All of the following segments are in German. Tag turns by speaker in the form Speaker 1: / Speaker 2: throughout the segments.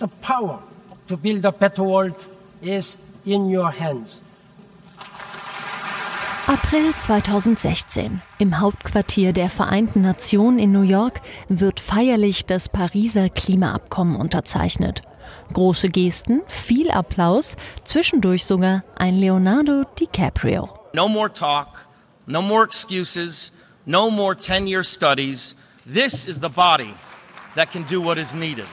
Speaker 1: The power to build a better world is in your hands.
Speaker 2: April 2016. Im Hauptquartier der Vereinten Nationen in New York wird feierlich das Pariser Klimaabkommen unterzeichnet. Große Gesten, viel Applaus, zwischendurch sogar ein Leonardo DiCaprio.
Speaker 3: No more talk, no more excuses, no more 10-year studies. This is the body that can do what is needed.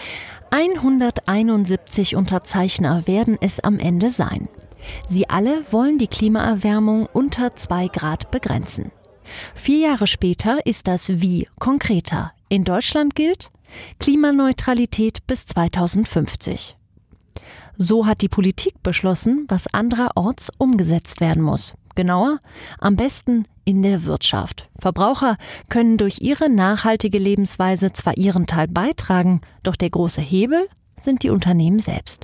Speaker 2: 171 Unterzeichner werden es am Ende sein. Sie alle wollen die Klimaerwärmung unter 2 Grad begrenzen. 4 Jahre später ist das Wie konkreter. In Deutschland gilt Klimaneutralität bis 2050. So hat die Politik beschlossen, was andererorts umgesetzt werden muss. Genauer, am besten in der Wirtschaft. Verbraucher können durch ihre nachhaltige Lebensweise zwar ihren Teil beitragen, doch der große Hebel sind die Unternehmen selbst.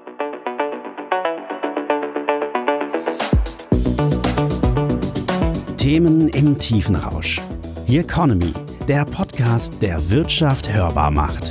Speaker 4: Themen im Tiefenrausch. The Economy, der Podcast, der Wirtschaft hörbar macht.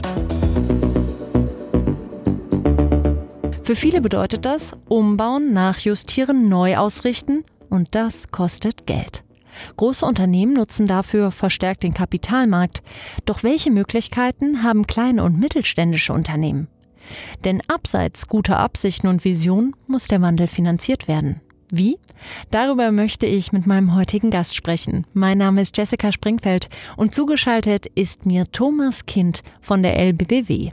Speaker 2: Für viele bedeutet das umbauen, nachjustieren, neu ausrichten und das kostet Geld. Große Unternehmen nutzen dafür verstärkt den Kapitalmarkt. Doch welche Möglichkeiten haben kleine und mittelständische Unternehmen? Denn abseits guter Absichten und Visionen muss der Wandel finanziert werden. Wie? Darüber möchte ich mit meinem heutigen Gast sprechen. Mein Name ist Jessica Springfeld und zugeschaltet ist mir Thomas Kind von der LBBW.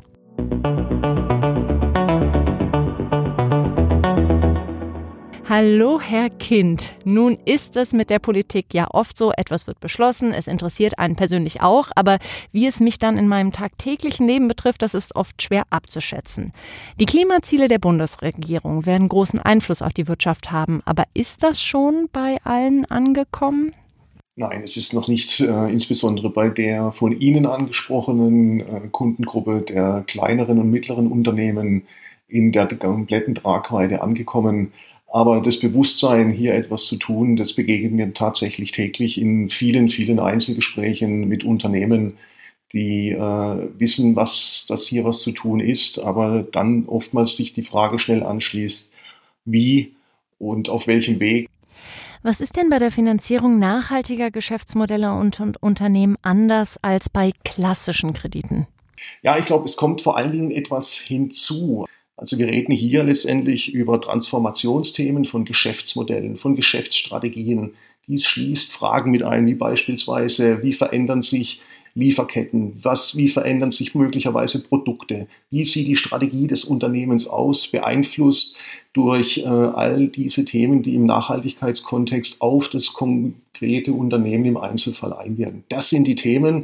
Speaker 2: Hallo, Herr Kind. Nun ist es mit der Politik ja oft so, etwas wird beschlossen, es interessiert einen persönlich auch, aber wie es mich dann in meinem tagtäglichen Leben betrifft, das ist oft schwer abzuschätzen. Die Klimaziele der Bundesregierung werden großen Einfluss auf die Wirtschaft haben, aber ist das schon bei allen angekommen?
Speaker 5: Nein, es ist noch nicht insbesondere bei der von Ihnen angesprochenen Kundengruppe der kleineren und mittleren Unternehmen in der kompletten Tragweite angekommen. Aber das Bewusstsein, hier etwas zu tun, das begegnet mir tatsächlich täglich in vielen, vielen Einzelgesprächen mit Unternehmen, die wissen, dass hier was zu tun ist, aber dann oftmals sich die Frage schnell anschließt, wie und auf welchem Weg.
Speaker 2: Was ist denn bei der Finanzierung nachhaltiger Geschäftsmodelle und Unternehmen anders als bei klassischen Krediten?
Speaker 5: Ja, ich glaube, es kommt vor allen Dingen etwas hinzu. Also wir reden hier letztendlich über Transformationsthemen von Geschäftsmodellen, von Geschäftsstrategien. Dies schließt Fragen mit ein, wie beispielsweise, wie verändern sich Lieferketten, wie verändern sich möglicherweise Produkte, wie sieht die Strategie des Unternehmens aus, beeinflusst durch all diese Themen, die im Nachhaltigkeitskontext auf das konkrete Unternehmen im Einzelfall einwirken. Das sind die Themen,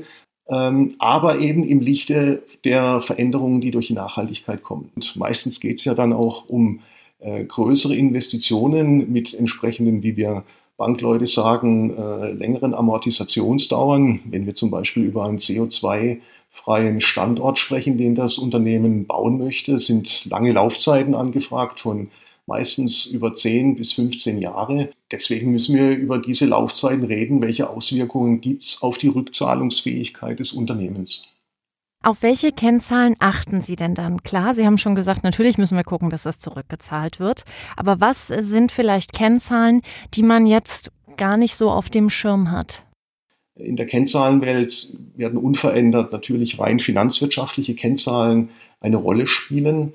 Speaker 5: aber eben im Lichte der Veränderungen, die durch die Nachhaltigkeit kommen. Und meistens geht es ja dann auch um größere Investitionen mit entsprechenden, wie wir Bankleute sagen, längeren Amortisationsdauern. Wenn wir zum Beispiel über einen CO2-freien Standort sprechen, den das Unternehmen bauen möchte, sind lange Laufzeiten angefragt von meistens über 10 bis 15 Jahre. Deswegen müssen wir über diese Laufzeiten reden. Welche Auswirkungen gibt es auf die Rückzahlungsfähigkeit des Unternehmens?
Speaker 2: Auf welche Kennzahlen achten Sie denn dann? Klar, Sie haben schon gesagt, natürlich müssen wir gucken, dass das zurückgezahlt wird. Aber was sind vielleicht Kennzahlen, die man jetzt gar nicht so auf dem Schirm hat?
Speaker 5: In der Kennzahlenwelt werden unverändert natürlich rein finanzwirtschaftliche Kennzahlen eine Rolle spielen.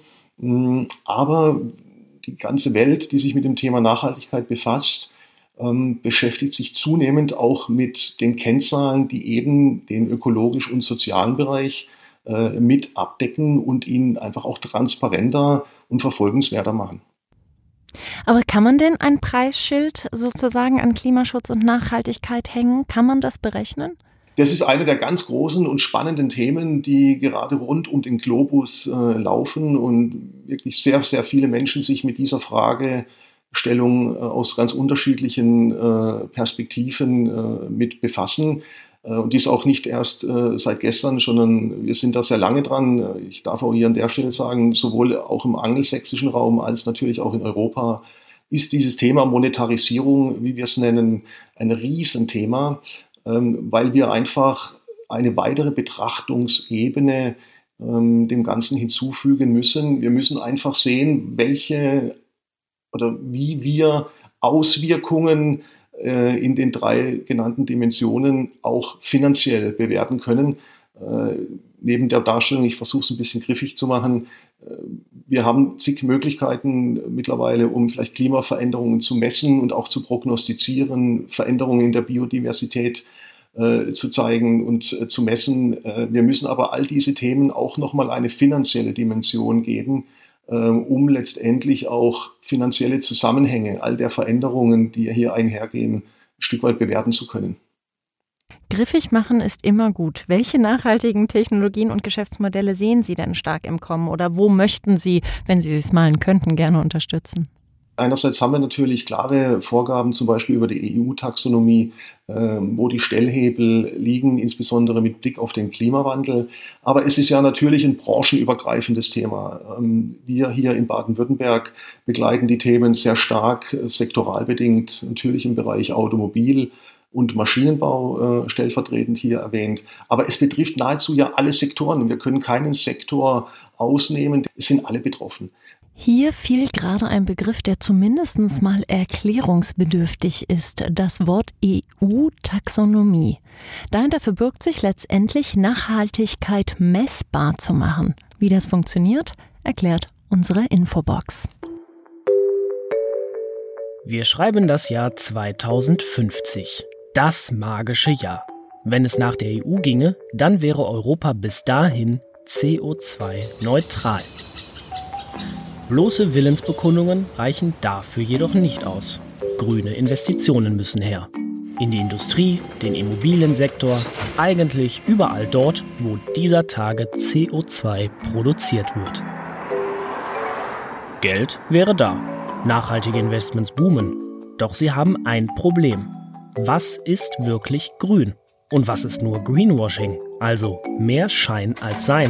Speaker 5: Aber die ganze Welt, die sich mit dem Thema Nachhaltigkeit befasst, beschäftigt sich zunehmend auch mit den Kennzahlen, die eben den ökologisch- und sozialen Bereich mit abdecken und ihn einfach auch transparenter und verfolgenswerter machen.
Speaker 2: Aber kann man denn ein Preisschild sozusagen an Klimaschutz und Nachhaltigkeit hängen? Kann man das berechnen?
Speaker 5: Das ist eine der ganz großen und spannenden Themen, die gerade rund um den Globus laufen und wirklich sehr, sehr viele Menschen sich mit dieser Fragestellung aus ganz unterschiedlichen Perspektiven mit befassen. Und dies auch nicht erst seit gestern, sondern wir sind da sehr lange dran. Ich darf auch hier an der Stelle sagen, sowohl auch im angelsächsischen Raum als natürlich auch in Europa ist dieses Thema Monetarisierung, wie wir es nennen, ein Riesenthema, weil wir einfach eine weitere Betrachtungsebene dem Ganzen hinzufügen müssen. Wir müssen einfach sehen, wie wir Auswirkungen in den 3 genannten Dimensionen auch finanziell bewerten können. Neben der Darstellung, ich versuche es ein bisschen griffig zu machen, wir haben zig Möglichkeiten mittlerweile, um vielleicht Klimaveränderungen zu messen und auch zu prognostizieren, Veränderungen in der Biodiversität zu zeigen und zu messen. Wir müssen aber all diese Themen auch nochmal eine finanzielle Dimension geben, um letztendlich auch finanzielle Zusammenhänge all der Veränderungen, die hier einhergehen, ein Stück weit bewerten zu können.
Speaker 2: Griffig machen ist immer gut. Welche nachhaltigen Technologien und Geschäftsmodelle sehen Sie denn stark im Kommen oder wo möchten Sie, wenn Sie es malen könnten, gerne unterstützen?
Speaker 5: Einerseits haben wir natürlich klare Vorgaben, zum Beispiel über die EU-Taxonomie, wo die Stellhebel liegen, insbesondere mit Blick auf den Klimawandel. Aber es ist ja natürlich ein branchenübergreifendes Thema. Wir hier in Baden-Württemberg begleiten die Themen sehr stark, sektoral bedingt, natürlich im Bereich Automobil und Maschinenbau stellvertretend hier erwähnt. Aber es betrifft nahezu ja alle Sektoren. Wir können keinen Sektor ausnehmen. Es sind alle betroffen.
Speaker 2: Hier fiel gerade ein Begriff, der zumindest mal erklärungsbedürftig ist, das Wort EU-Taxonomie. Dahinter verbirgt sich letztendlich Nachhaltigkeit messbar zu machen. Wie das funktioniert, erklärt unsere Infobox.
Speaker 6: Wir schreiben das Jahr 2050. Das magische Jahr. Wenn es nach der EU ginge, dann wäre Europa bis dahin CO2-neutral. Bloße Willensbekundungen reichen dafür jedoch nicht aus. Grüne Investitionen müssen her. In die Industrie, den Immobiliensektor, eigentlich überall dort, wo dieser Tage CO2 produziert wird. Geld wäre da. Nachhaltige Investments boomen. Doch sie haben ein Problem. Was ist wirklich grün? Und was ist nur Greenwashing? Also mehr Schein als Sein.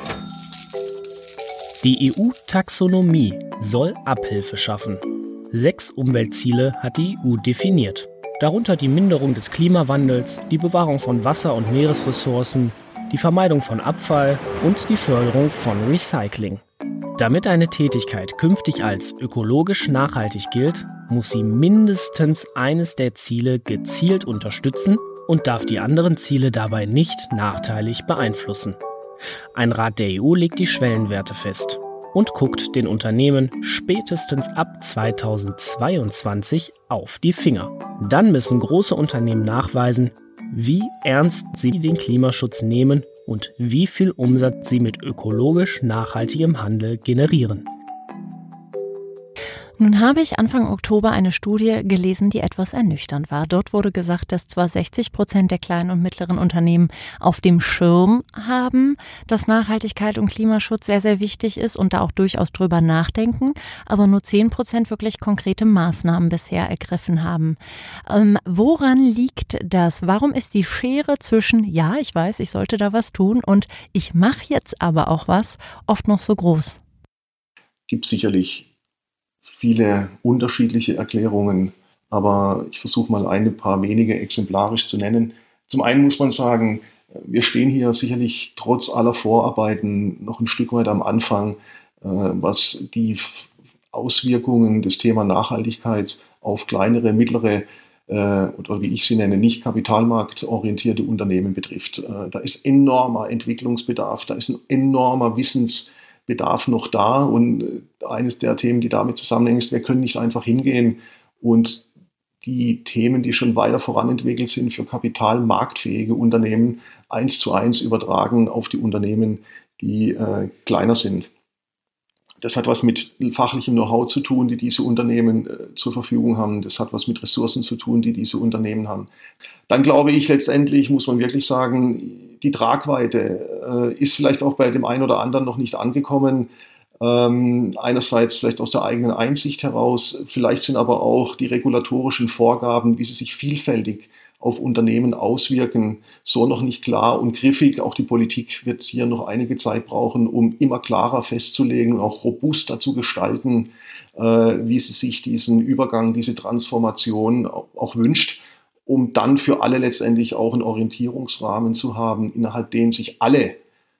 Speaker 6: Die EU-Taxonomie soll Abhilfe schaffen. 6 Umweltziele hat die EU definiert. Darunter die Minderung des Klimawandels, die Bewahrung von Wasser- und Meeresressourcen, die Vermeidung von Abfall und die Förderung von Recycling. Damit eine Tätigkeit künftig als ökologisch nachhaltig gilt, muss sie mindestens eines der Ziele gezielt unterstützen und darf die anderen Ziele dabei nicht nachteilig beeinflussen. Ein Rat der EU legt die Schwellenwerte fest und guckt den Unternehmen spätestens ab 2022 auf die Finger. Dann müssen große Unternehmen nachweisen, wie ernst sie den Klimaschutz nehmen und wie viel Umsatz sie mit ökologisch nachhaltigem Handel generieren.
Speaker 2: Nun habe ich Anfang Oktober eine Studie gelesen, die etwas ernüchternd war. Dort wurde gesagt, dass zwar 60% der kleinen und mittleren Unternehmen auf dem Schirm haben, dass Nachhaltigkeit und Klimaschutz sehr, sehr wichtig ist und da auch durchaus drüber nachdenken, aber nur 10% wirklich konkrete Maßnahmen bisher ergriffen haben. Woran liegt das? Warum ist die Schere zwischen, ja, ich weiß, ich sollte da was tun und ich mache jetzt aber auch was, oft noch so groß?
Speaker 5: Gibt sicherlich viele unterschiedliche Erklärungen, aber ich versuche mal ein paar wenige exemplarisch zu nennen. Zum einen muss man sagen, wir stehen hier sicherlich trotz aller Vorarbeiten noch ein Stück weit am Anfang, was die Auswirkungen des Thema Nachhaltigkeit auf kleinere, mittlere oder wie ich sie nenne, nicht kapitalmarktorientierte Unternehmen betrifft. Da ist enormer Entwicklungsbedarf, da ist ein enormer Wissensbedarf noch da und eines der Themen, die damit zusammenhängen, ist, wir können nicht einfach hingehen und die Themen, die schon weiter voranentwickelt sind, für kapitalmarktfähige Unternehmen 1:1 übertragen auf die Unternehmen, die kleiner sind. Das hat was mit fachlichem Know-how zu tun, die diese Unternehmen zur Verfügung haben. Das hat was mit Ressourcen zu tun, die diese Unternehmen haben. Dann glaube ich, letztendlich muss man wirklich sagen, die Tragweite ist vielleicht auch bei dem einen oder anderen noch nicht angekommen. Einerseits vielleicht aus der eigenen Einsicht heraus, vielleicht sind aber auch die regulatorischen Vorgaben, wie sie sich vielfältig auf Unternehmen auswirken, so noch nicht klar und griffig. Auch die Politik wird hier noch einige Zeit brauchen, um immer klarer festzulegen und auch robuster zu gestalten, wie sie sich diesen Übergang, diese Transformation auch wünscht, um dann für alle letztendlich auch einen Orientierungsrahmen zu haben, innerhalb denen sich alle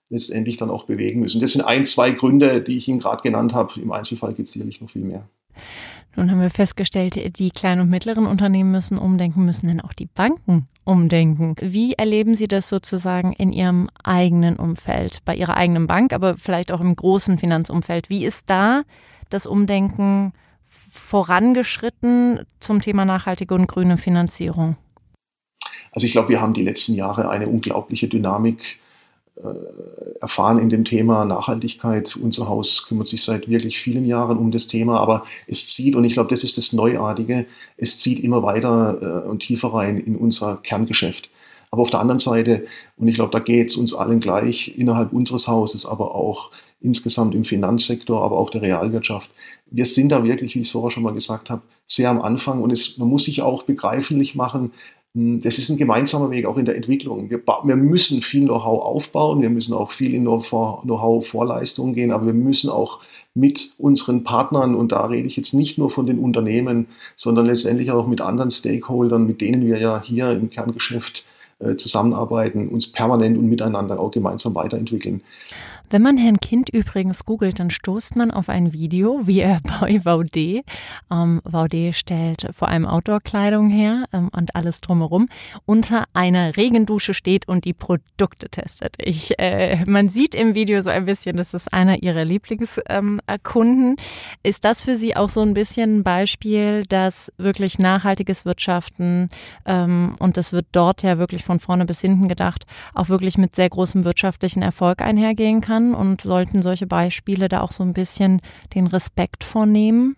Speaker 5: letztendlich dann auch bewegen müssen. Das sind 2 Gründe, die ich Ihnen gerade genannt habe. Im Einzelfall gibt es sicherlich noch viel mehr.
Speaker 2: Nun haben wir festgestellt, die kleinen und mittleren Unternehmen müssen umdenken, müssen dann auch die Banken umdenken. Wie erleben Sie das sozusagen in Ihrem eigenen Umfeld, bei Ihrer eigenen Bank, aber vielleicht auch im großen Finanzumfeld? Wie ist da das Umdenken vorangeschritten zum Thema nachhaltige und grüne Finanzierung?
Speaker 5: Also ich glaube, wir haben die letzten Jahre eine unglaubliche Dynamik erfahren in dem Thema Nachhaltigkeit. Unser Haus kümmert sich seit wirklich vielen Jahren um das Thema, aber es zieht, und ich glaube, das ist das Neuartige, es zieht immer weiter und tiefer rein in unser Kerngeschäft. Aber auf der anderen Seite, und ich glaube, da geht es uns allen gleich, innerhalb unseres Hauses, aber auch insgesamt im Finanzsektor, aber auch der Realwirtschaft, wir sind da wirklich, wie ich es vorher schon mal gesagt habe, sehr am Anfang, und man muss sich auch begreiflich machen, das ist ein gemeinsamer Weg, auch in der Entwicklung. Wir müssen viel Know-how aufbauen, wir müssen auch viel in Know-how-Vorleistungen gehen, aber wir müssen auch mit unseren Partnern, und da rede ich jetzt nicht nur von den Unternehmen, sondern letztendlich auch mit anderen Stakeholdern, mit denen wir ja hier im Kerngeschäft zusammenarbeiten, uns permanent und miteinander auch gemeinsam weiterentwickeln.
Speaker 2: Wenn man Herrn Kind übrigens googelt, dann stoßt man auf ein Video, wie er bei Vaude, Vaude stellt vor allem Outdoor-Kleidung her und alles drumherum, unter einer Regendusche steht und die Produkte testet. Man sieht im Video so ein bisschen, das ist einer ihrer Lieblingskunden. Ist das für Sie auch so ein bisschen ein Beispiel, dass wirklich nachhaltiges Wirtschaften, und das wird dort ja wirklich von vorne bis hinten gedacht, auch wirklich mit sehr großem wirtschaftlichen Erfolg einhergehen kann? Und sollten solche Beispiele da auch so ein bisschen den Respekt vornehmen?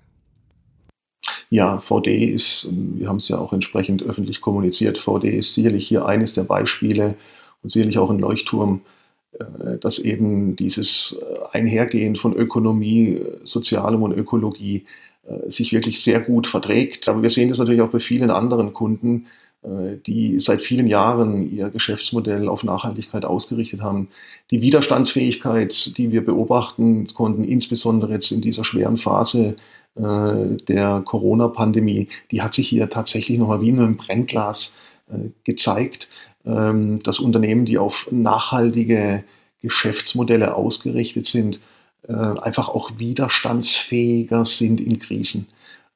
Speaker 5: Ja, VD ist, wir haben es ja auch entsprechend öffentlich kommuniziert, VD ist sicherlich hier eines der Beispiele und sicherlich auch ein Leuchtturm, dass eben dieses Einhergehen von Ökonomie, Sozialem und Ökologie sich wirklich sehr gut verträgt. Aber wir sehen das natürlich auch bei vielen anderen Kunden, die seit vielen Jahren ihr Geschäftsmodell auf Nachhaltigkeit ausgerichtet haben. Die Widerstandsfähigkeit, die wir beobachten konnten, insbesondere jetzt in dieser schweren Phase der Corona-Pandemie, die hat sich hier tatsächlich nochmal wie in einem Brennglas gezeigt, dass Unternehmen, die auf nachhaltige Geschäftsmodelle ausgerichtet sind, einfach auch widerstandsfähiger sind in Krisen.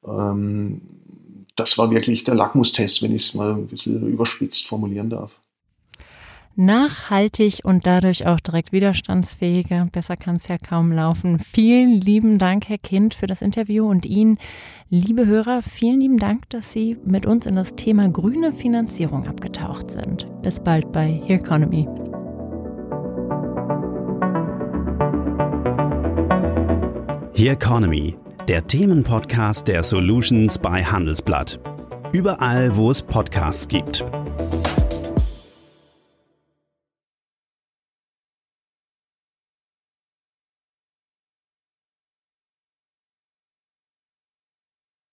Speaker 5: Das war wirklich der Lackmustest, wenn ich es mal ein bisschen überspitzt formulieren darf.
Speaker 2: Nachhaltig und dadurch auch direkt widerstandsfähiger. Besser kann es ja kaum laufen. Vielen lieben Dank, Herr Kind, für das Interview, und Ihnen, liebe Hörer, vielen lieben Dank, dass Sie mit uns in das Thema grüne Finanzierung abgetaucht sind. Bis bald bei Here Economy.
Speaker 4: Here Economy, der Themenpodcast der Solutions bei Handelsblatt. Überall, wo es Podcasts gibt.